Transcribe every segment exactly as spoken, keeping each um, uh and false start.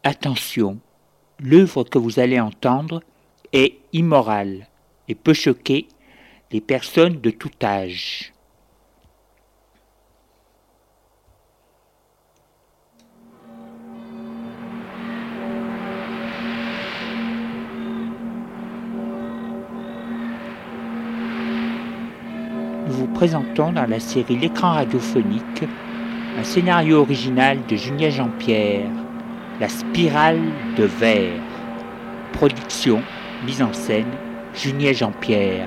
Attention, l'œuvre que vous allez entendre est immorale et peut choquer les personnes de tout âge. Nous vous présentons dans la série L'écran radiophonique un scénario original de Julien Jean-Pierre, La spirale de verre. Production, mise en scène, Julien Jean-Pierre.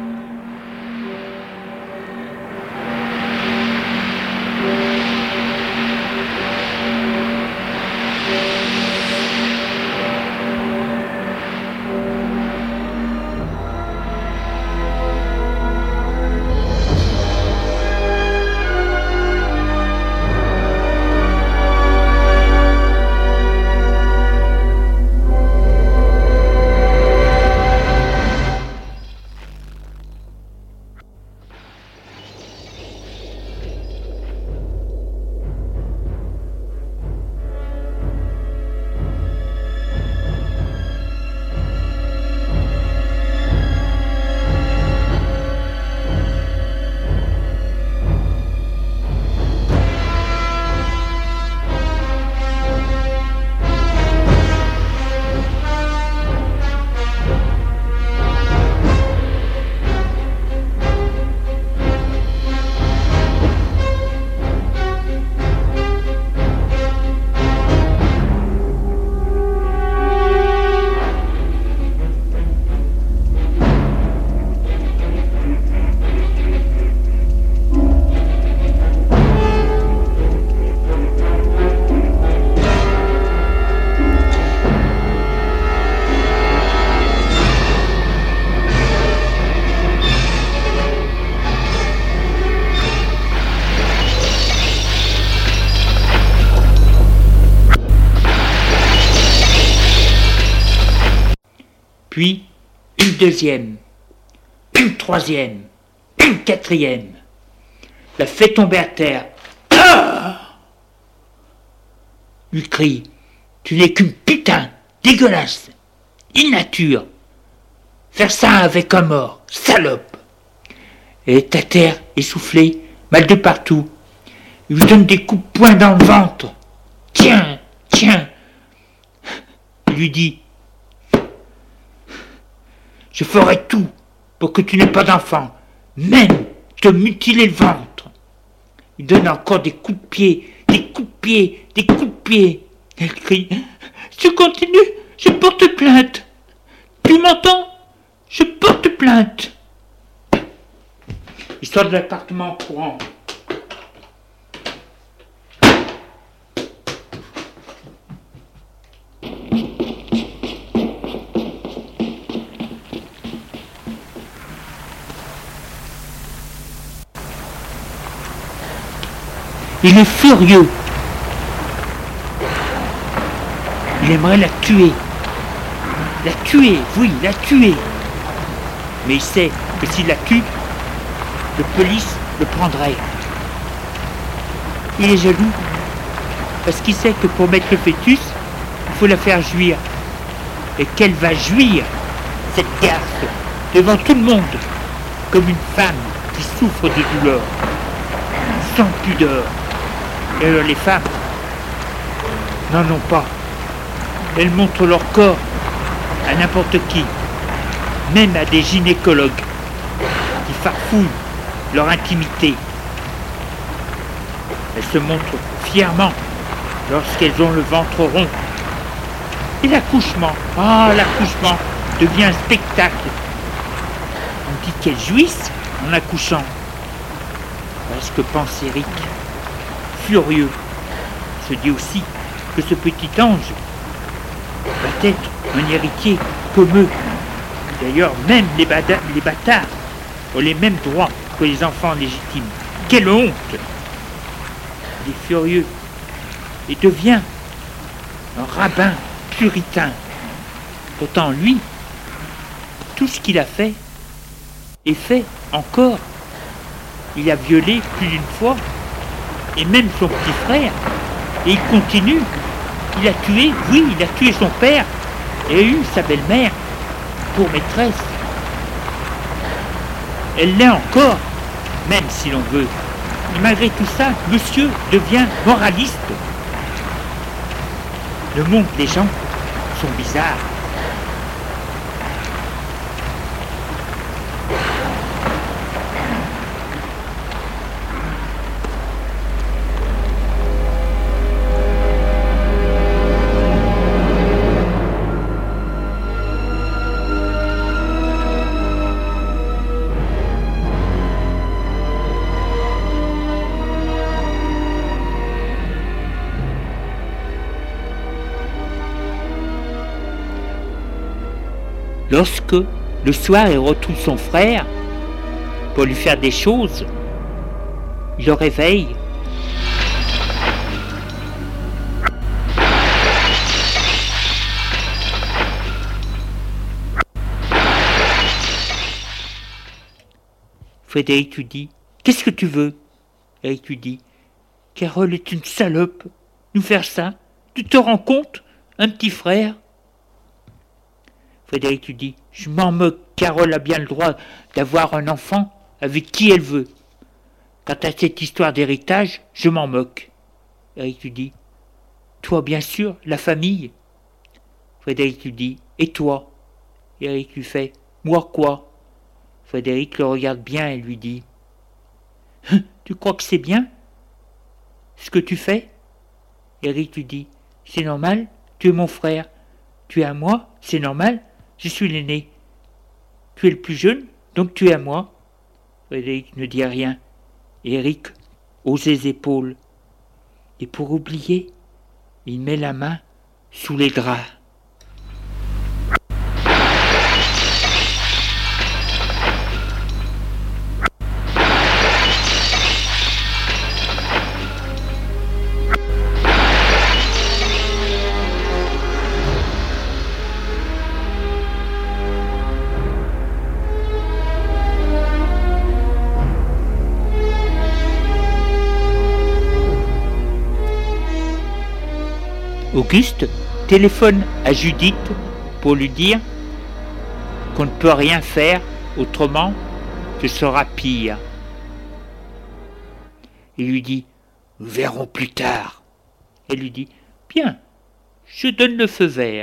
Puis une deuxième, une troisième, une quatrième. La fait tomber à terre. Ah ! Lui crie, tu n'es qu'une putain, dégueulasse, innature. Faire ça avec un mort, salope. Elle est à terre, essoufflée, mal de partout. Il lui donne des coups de poing dans le ventre. Tiens, tiens. Il lui dit, je ferai tout pour que tu n'aies pas d'enfant, même te mutiler le ventre. Il donne encore des coups de pied, des coups de pied, des coups de pied. Elle crie, je continue, je porte plainte. Tu m'entends? Je porte plainte. Il sort de l'appartement en courant. Il est furieux. Il aimerait la tuer. La tuer, oui, la tuer. Mais il sait que s'il la tue, le police le prendrait. Il est jaloux parce qu'il sait que pour mettre le fœtus, il faut la faire jouir. Et qu'elle va jouir, cette garce, devant tout le monde, comme une femme qui souffre de douleur, sans pudeur. Et alors les femmes n'en ont pas. Elles montrent leur corps à n'importe qui, même à des gynécologues qui farfouillent leur intimité. Elles se montrent fièrement lorsqu'elles ont le ventre rond. Et l'accouchement, ah l'accouchement devient un spectacle. On dit qu'elles jouissent en accouchant. Voilà ce que pense Eric. Furieux, se dit aussi que ce petit ange va être un héritier comme eux. D'ailleurs, même les, bada- les bâtards ont les mêmes droits que les enfants légitimes. Quelle honte! Il est furieux et devient un rabbin puritain. Pourtant, lui, tout ce qu'il a fait est fait encore. Il a violé plus d'une fois, et même son petit frère, et il continue. Il a tué, oui, il a tué son père et a eu sa belle-mère pour maîtresse. Elle l'est encore, même si l'on veut. Et malgré tout ça, monsieur devient moraliste. Le monde des gens sont bizarres. Lorsque, le soir, il retrouve son frère pour lui faire des choses, il le réveille. Frédéric lui dit « Qu'est-ce que tu veux ?» Eric lui dit « Carole est une salope, nous faire ça, tu te rends compte, un petit frère ?» Frédéric lui dit « Je m'en moque, Carole a bien le droit d'avoir un enfant avec qui elle veut. Quant à cette histoire d'héritage, je m'en moque. » Eric lui dit « Toi, bien sûr, la famille. » Frédéric lui dit « Et toi ?» Eric lui fait « Moi quoi ?» Frédéric le regarde bien et lui dit « Tu crois que c'est bien ce que tu fais ?» Eric lui dit « C'est normal, tu es mon frère. Tu es à moi, c'est normal. Je suis l'aîné. Tu es le plus jeune, donc tu es à moi. » Frédéric ne dit rien. Eric hausse les épaules. Et pour oublier, il met la main sous les draps. Auguste téléphone à Judith pour lui dire qu'on ne peut rien faire autrement, ce sera pire. Il lui dit « Nous verrons plus tard. » Elle lui dit « Bien, je donne le feu vert. »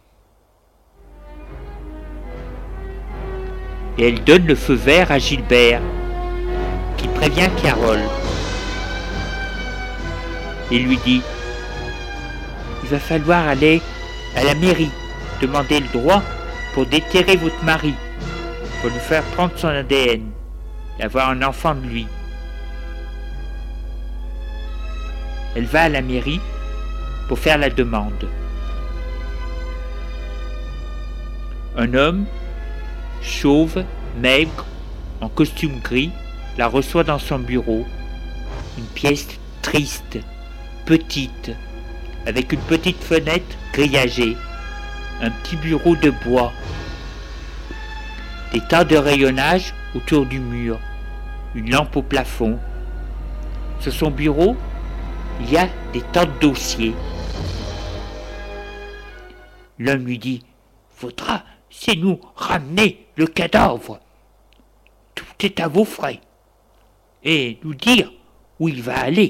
Et elle donne le feu vert à Gilbert, qui prévient Carole. Il lui dit « Il va falloir aller à la mairie, demander le droit pour déterrer votre mari, pour lui faire prendre son A D N, et avoir un enfant de lui. » Elle va à la mairie pour faire la demande. Un homme, chauve, maigre, en costume gris, la reçoit dans son bureau. Une pièce triste, petite, avec une petite fenêtre grillagée, un petit bureau de bois, des tas de rayonnage autour du mur, une lampe au plafond. Sur son bureau, il y a des tas de dossiers. L'homme lui dit « Faudra, c'est nous ramener le cadavre. Tout est à vos frais. Et nous dire où il va aller. »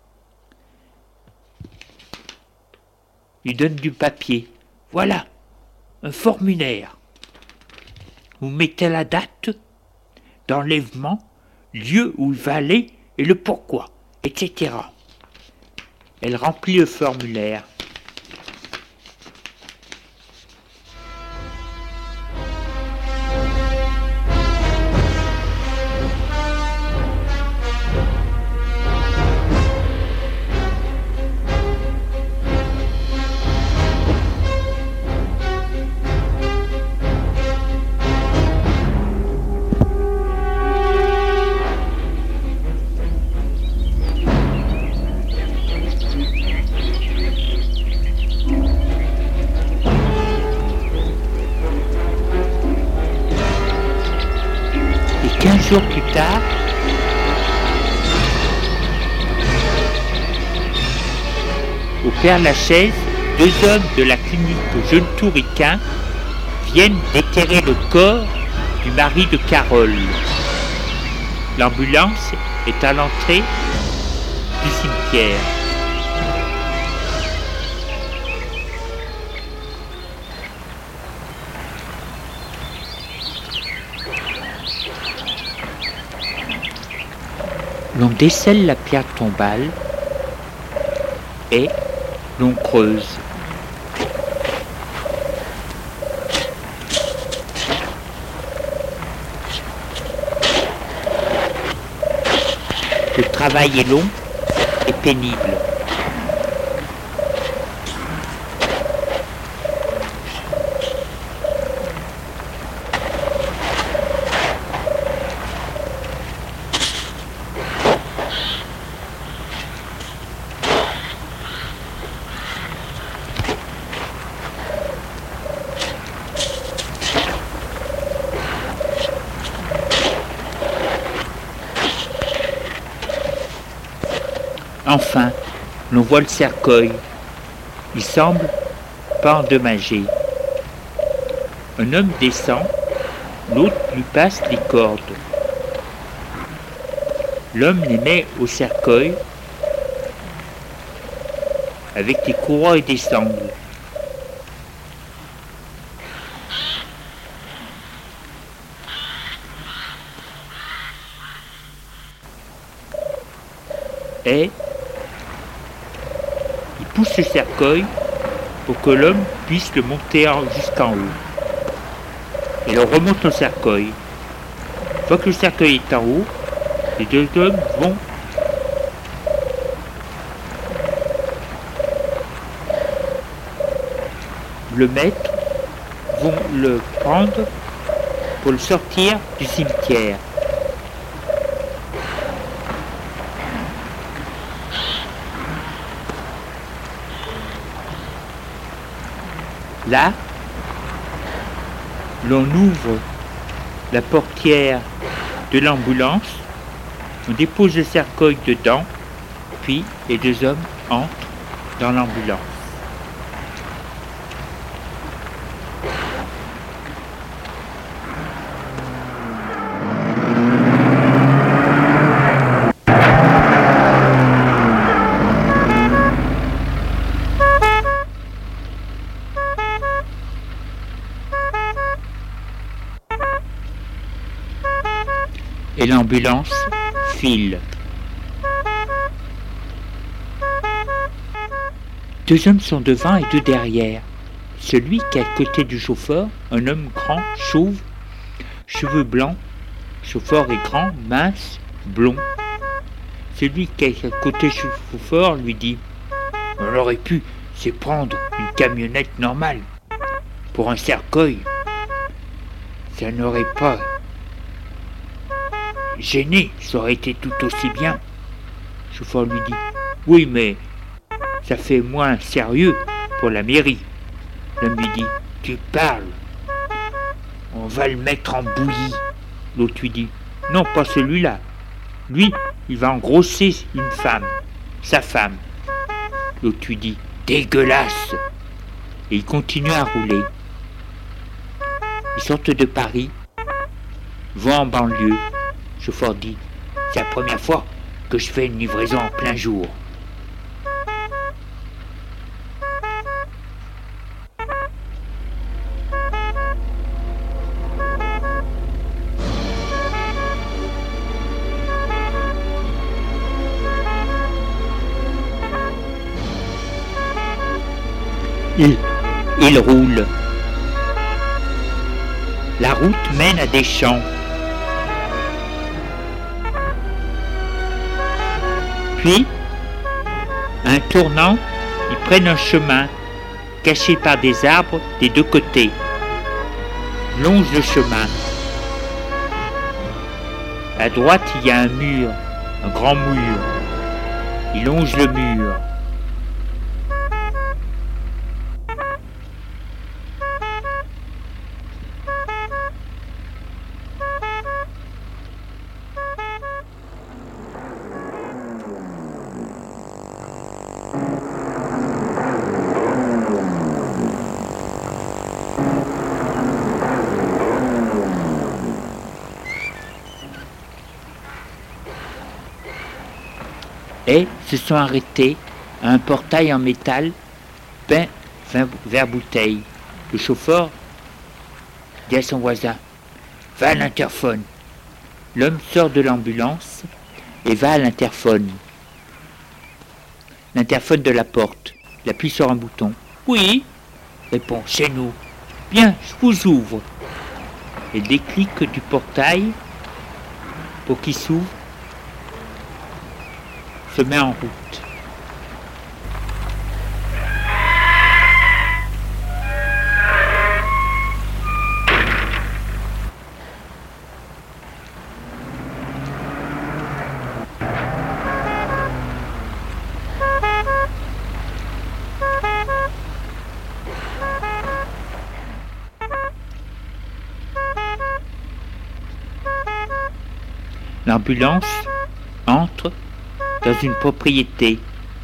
Il donne du papier. Voilà, un formulaire. Vous mettez la date d'enlèvement, lieu où il va aller et le pourquoi, et cetera. Elle remplit le formulaire. Quinze jours plus tard, au Père Lachaise, deux hommes de la clinique Jeune Touricain viennent déterrer le corps du mari de Carole. L'ambulance est à l'entrée du cimetière. L'on décèle la pierre tombale et l'on creuse. Le travail est long et pénible. Enfin, l'on voit le cercueil. Il semble pas endommagé. Un homme descend, l'autre lui passe les cordes. L'homme les met au cercueil avec des courroies et des sangles. Et il pousse le cercueil pour que l'homme puisse le monter jusqu'en haut. Et l'on remonte le cercueil. Une fois que le cercueil est en haut, les deux hommes vont le mettre, vont le prendre pour le sortir du cimetière. Là, l'on ouvre la portière de l'ambulance, on dépose le cercueil dedans, puis les deux hommes entrent dans l'ambulance. Et l'ambulance file. Deux hommes sont devant et deux derrière. Celui qui est à côté du chauffeur, un homme grand, chauve, cheveux blancs. Le chauffeur est grand, mince, blond. Celui qui est à côté du chauffeur lui dit « On aurait pu se prendre une camionnette normale. Pour un cercueil, ça n'aurait pas... gêné, ça aurait été tout aussi bien. » Le chauffeur lui dit « Oui, mais ça fait moins sérieux pour la mairie. » L'homme lui dit « Tu parles. On va le mettre en bouillie. » L'autre lui dit « Non, pas celui-là. Lui, il va engrosser une femme, sa femme. » L'autre lui dit « Dégueulasse !» Et il continue à rouler. Ils sortent de Paris, vont en banlieue. Le chauffeur dit « C'est la première fois que je fais une livraison en plein jour. » Il, il roule. La route mène à des champs. Puis, à un tournant, ils prennent un chemin caché par des arbres des deux côtés. Longe le chemin. À droite, il y a un mur, un grand mur. Il longe le mur. et se sont arrêtés à un portail en métal peint vert bouteille. Le chauffeur dit à son voisin « Va à l'interphone ». L'homme sort de l'ambulance et va à l'interphone. L'interphone de la porte. Il appuie sur un bouton. « Oui », répond « Chez nous ». « Bien, je vous ouvre ». Et déclic du portail pour qu'il s'ouvre se met en route. L'ambulance entre dans une propriété.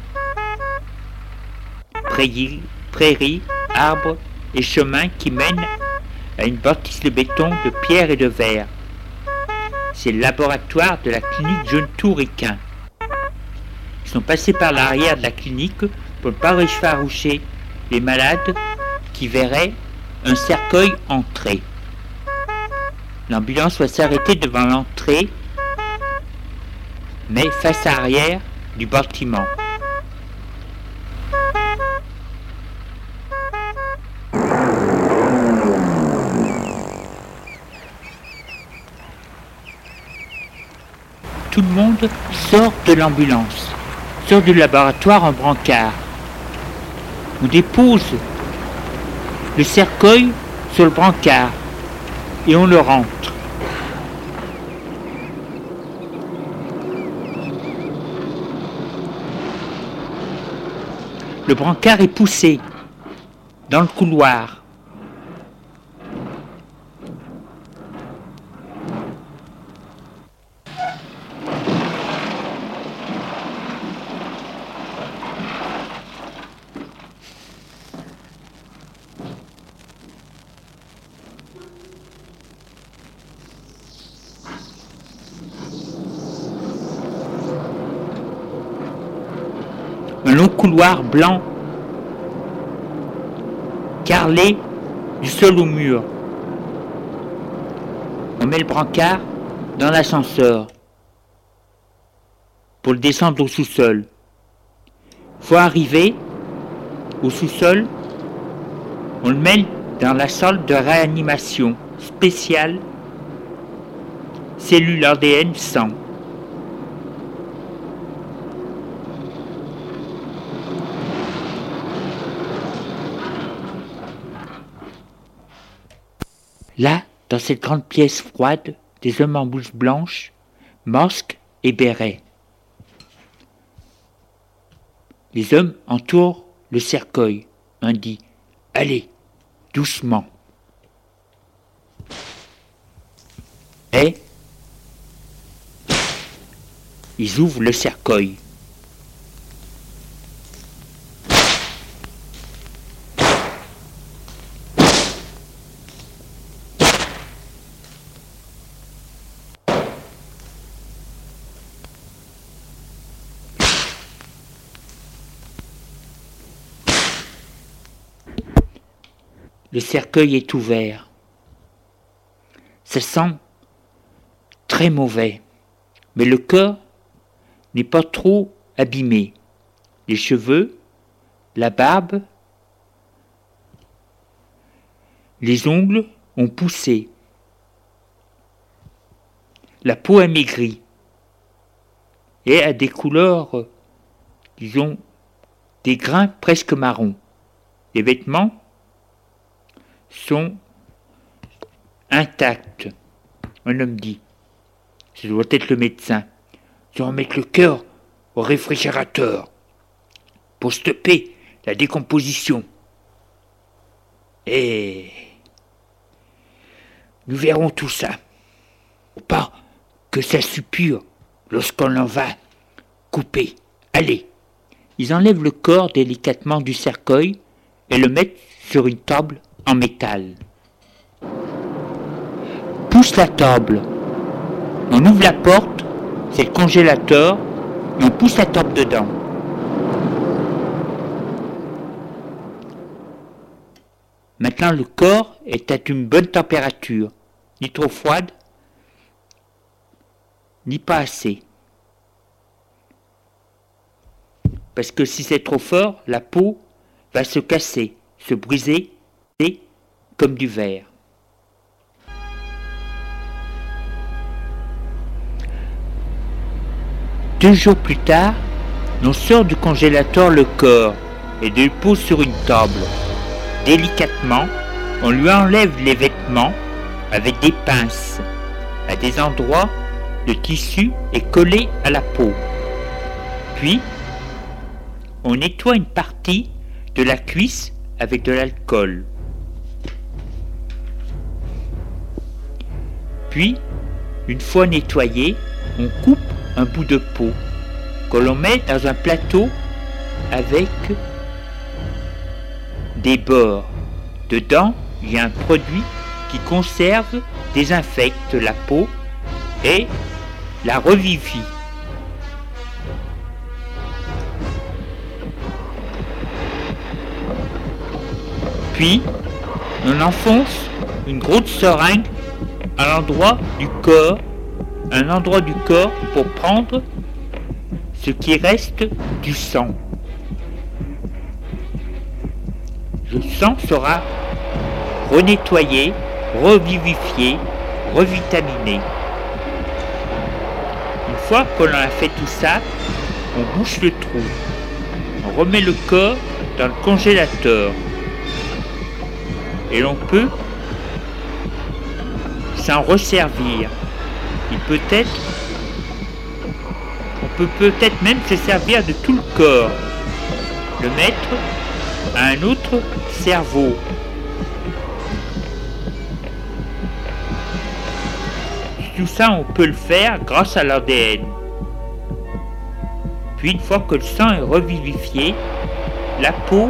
Prairies, prairies, arbres et chemins qui mènent à une bâtisse de béton, de pierre et de verre. C'est le laboratoire de la clinique Jeune Touriquin. Ils sont passés par l'arrière de la clinique pour ne pas effaroucher les malades qui verraient un cercueil entrer. L'ambulance va s'arrêter devant l'entrée, mais face arrière du bâtiment. Tout le monde sort de l'ambulance, sort du laboratoire en brancard. On dépose le cercueil sur le brancard et on le rentre. Le brancard est poussé dans le couloir. Un long couloir blanc, carrelé du sol au mur. On met le brancard dans l'ascenseur pour le descendre au sous-sol. Faut arriver au sous-sol, on le met dans la salle de réanimation spéciale, cellule A D N sang. Là, dans cette grande pièce froide, des hommes en blouse blanche, masque et béret. Les hommes entourent le cercueil. Un dit « Allez, doucement ». Et ils ouvrent le cercueil. Le cercueil est ouvert. Ça sent très mauvais, mais le corps n'est pas trop abîmé. Les cheveux, la barbe, les ongles ont poussé. La peau a maigri et a des couleurs, euh, disons, des grains presque marrons. Les vêtements sont intacts. Un homme dit, ce doit être le médecin, ils vont mettre le cœur au réfrigérateur pour stopper la décomposition. Et nous verrons tout ça. Faut pas que ça suppure lorsqu'on en va couper. Allez. Ils enlèvent le corps délicatement du cercueil et le mettent sur une table en métal. Pousse la table. On ouvre la porte, c'est le congélateur et on pousse la taupe dedans. Maintenant, le corps est à une bonne température, ni trop froide, ni pas assez. Parce que si c'est trop fort, la peau va se casser, se briser, comme du verre. Deux jours plus tard, on sort du congélateur le corps et le pose sur une table. Délicatement, on lui enlève les vêtements avec des pinces. À des endroits, le tissu est collé à la peau. Puis, on nettoie une partie de la cuisse avec de l'alcool. Puis, une fois nettoyé, on coupe un bout de peau que l'on met dans un plateau avec des bords. Dedans, il y a un produit qui conserve, désinfecte la peau et la revivifie. Puis, on enfonce une grosse seringue à l'endroit du corps, un endroit du corps pour prendre ce qui reste du sang. Le sang sera renettoyé, revivifié, revitaminé. Une fois qu'on a fait tout ça, on bouche le trou. On remet le corps dans le congélateur. Et l'on peut s'en resservir. Il peut être, on peut peut-être même se servir de tout le corps, le mettre à un autre cerveau. Tout ça, on peut le faire grâce à l'A D N. Puis une fois que le sang est revivifié, la peau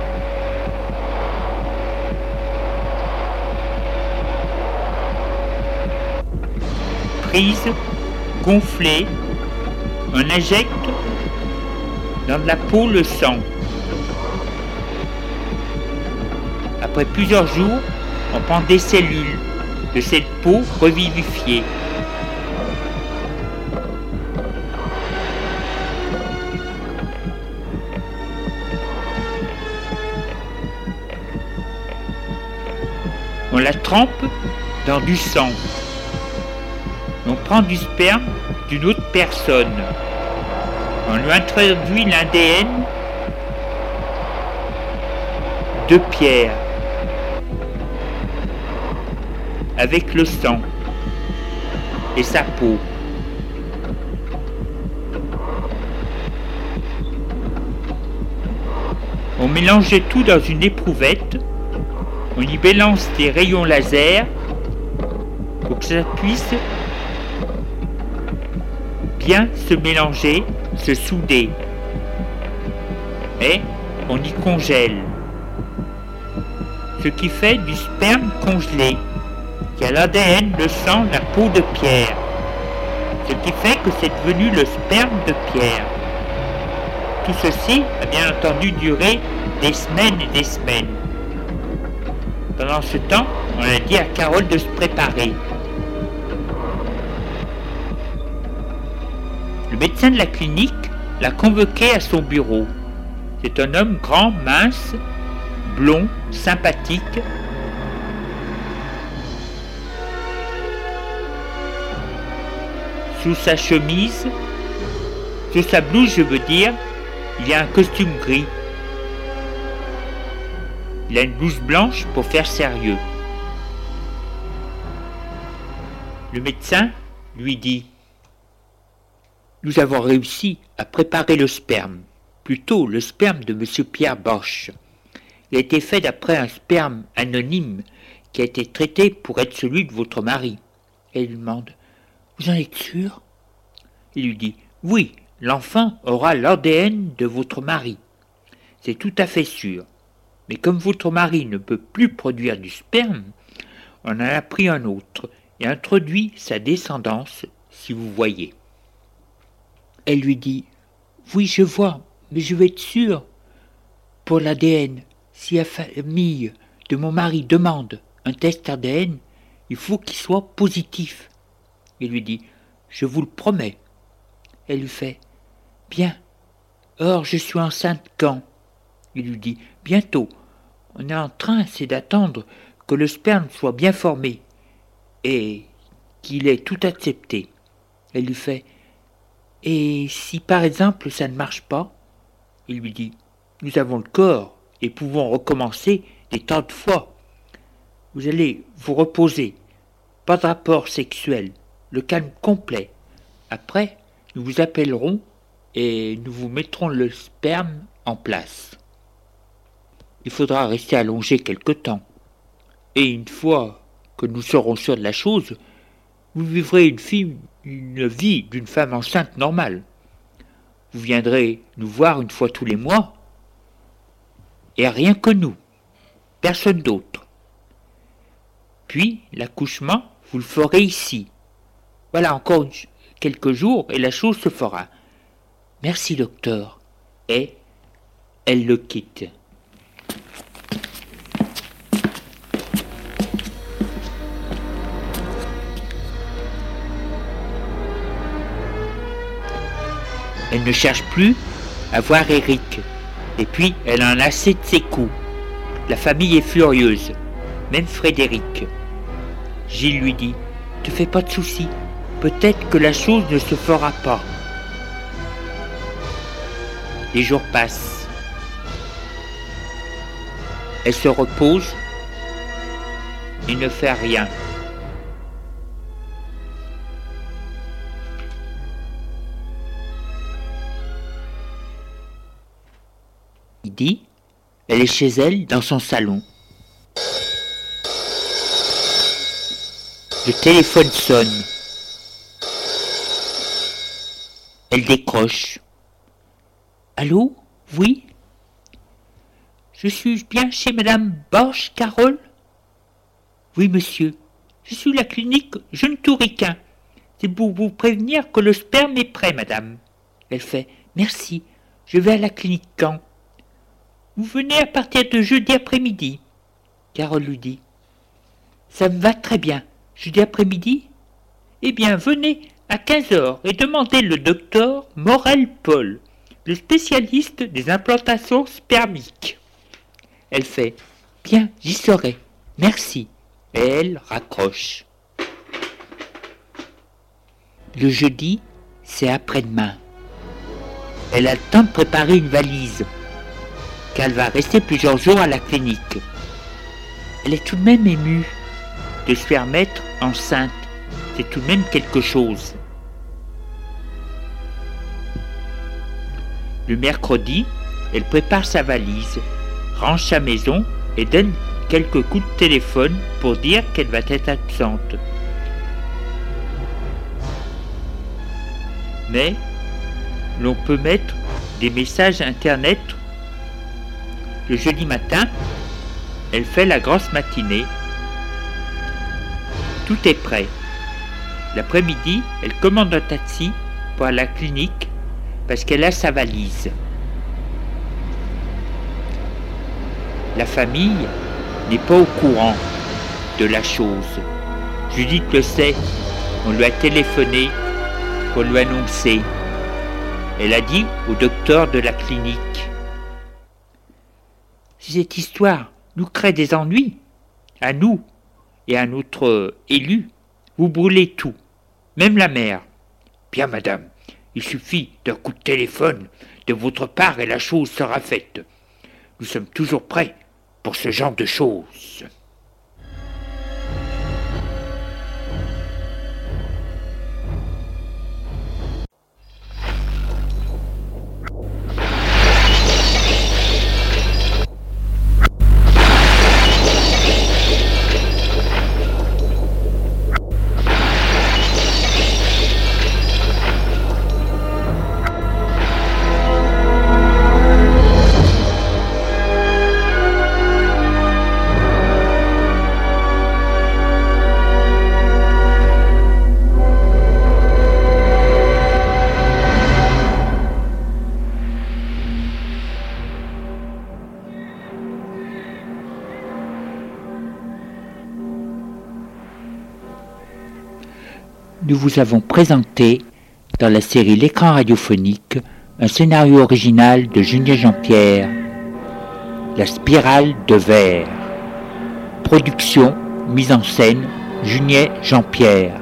prise, gonflée, on injecte dans de la peau le sang. Après plusieurs jours, on prend des cellules de cette peau revivifiée. On la trempe dans du sang. On prend du sperme d'une autre personne. On lui introduit l'A D N de Pierre avec le sang et sa peau. On mélange tout dans une éprouvette. On y balance des rayons laser pour que ça puisse bien se mélanger, se souder. Et on y congèle. Ce qui fait du sperme congelé, qui a l'A D N, le sang, la peau de Pierre. Ce qui fait que c'est devenu le sperme de Pierre. Tout ceci a bien entendu duré des semaines et des semaines. Pendant ce temps, on a dit à Carole de se préparer. Le médecin de la clinique l'a convoqué à son bureau. C'est un homme grand, mince, blond, sympathique. Sous sa chemise, sous sa blouse, je veux dire, il y a un costume gris. Il a une blouse blanche pour faire sérieux. Le médecin lui dit: nous avons réussi à préparer le sperme, plutôt le sperme de monsieur Pierre Bosch. Il a été fait d'après un sperme anonyme qui a été traité pour être celui de votre mari. Et il lui demande: vous en êtes sûr? Il lui dit: oui, l'enfant aura l'A D N de votre mari. C'est tout à fait sûr. Mais comme votre mari ne peut plus produire du sperme, on en a pris un autre et introduit sa descendance, si vous voyez. Elle lui dit: Oui, je vois, mais je veux être sûr. Pour l'A D N, si la famille de mon mari demande un test A D N, il faut qu'il soit positif. Il lui dit, je vous le promets. Elle lui fait, bien. Or, je suis enceinte quand? Il lui dit, bientôt. On est en train, c'est d'attendre que le sperme soit bien formé et qu'il ait tout accepté. Elle lui fait, et si par exemple ça ne marche pas? Il lui dit, nous avons le corps et pouvons recommencer des tas de fois. Vous allez vous reposer, pas de rapport sexuel, le calme complet. Après, nous vous appellerons et nous vous mettrons le sperme en place. Il faudra rester allongé quelque temps. Et une fois que nous serons sûrs de la chose, vous vivrez une, fille, une vie d'une femme enceinte normale. Vous viendrez nous voir une fois tous les mois, et rien que nous, personne d'autre. Puis, l'accouchement, vous le ferez ici. Voilà, encore quelques jours, et la chose se fera. Merci, docteur. Et elle le quitte. Elle ne cherche plus à voir Eric. Et puis, elle en a assez de ses coups. La famille est furieuse. Même Frédéric. Gilles lui dit, « Te fais pas de soucis. Peut-être que la chose ne se fera pas. » Les jours passent. Elle se repose et ne fait rien. Midi, elle est chez elle dans son salon. Le téléphone sonne. Elle décroche. Allô? Oui? Je suis bien chez Madame Borch, Carole? Oui, monsieur. Je suis la clinique Jeune Touriquin. C'est pour vous prévenir que le sperme est prêt, madame. Elle fait, merci. Je vais à la clinique quand? Vous venez à partir de jeudi après-midi. Carole lui dit, ça me va très bien. Jeudi après-midi? Eh bien, venez à quinze heures et demandez le docteur Morel-Paul, le spécialiste des implantations spermiques. Elle fait, bien, j'y serai. Merci. Et elle raccroche. Le jeudi, c'est après-demain. Elle a le temps de préparer une valise, car elle va rester plusieurs jours à la clinique. Elle est tout de même émue de se faire mettre enceinte. C'est tout de même quelque chose. Le mercredi, elle prépare sa valise, range sa maison et donne quelques coups de téléphone pour dire qu'elle va être absente. Mais l'on peut mettre des messages internet. Le jeudi matin, elle fait la grosse matinée. Tout est prêt. L'après-midi, elle commande un taxi pour aller à la clinique parce qu'elle a sa valise. La famille n'est pas au courant de la chose. Judith le sait, on lui a téléphoné pour lui annoncer. Elle a dit au docteur de la clinique, si cette histoire nous crée des ennuis, à nous et à notre élu, vous brûlez tout, même la mère. Bien madame, il suffit d'un coup de téléphone de votre part et la chose sera faite. Nous sommes toujours prêts pour ce genre de choses. nous vous avons présenté, dans la série L'écran radiophonique, un scénario original de Julien Jean-Pierre, La spirale de verre. Production, mise en scène, Julien Jean-Pierre.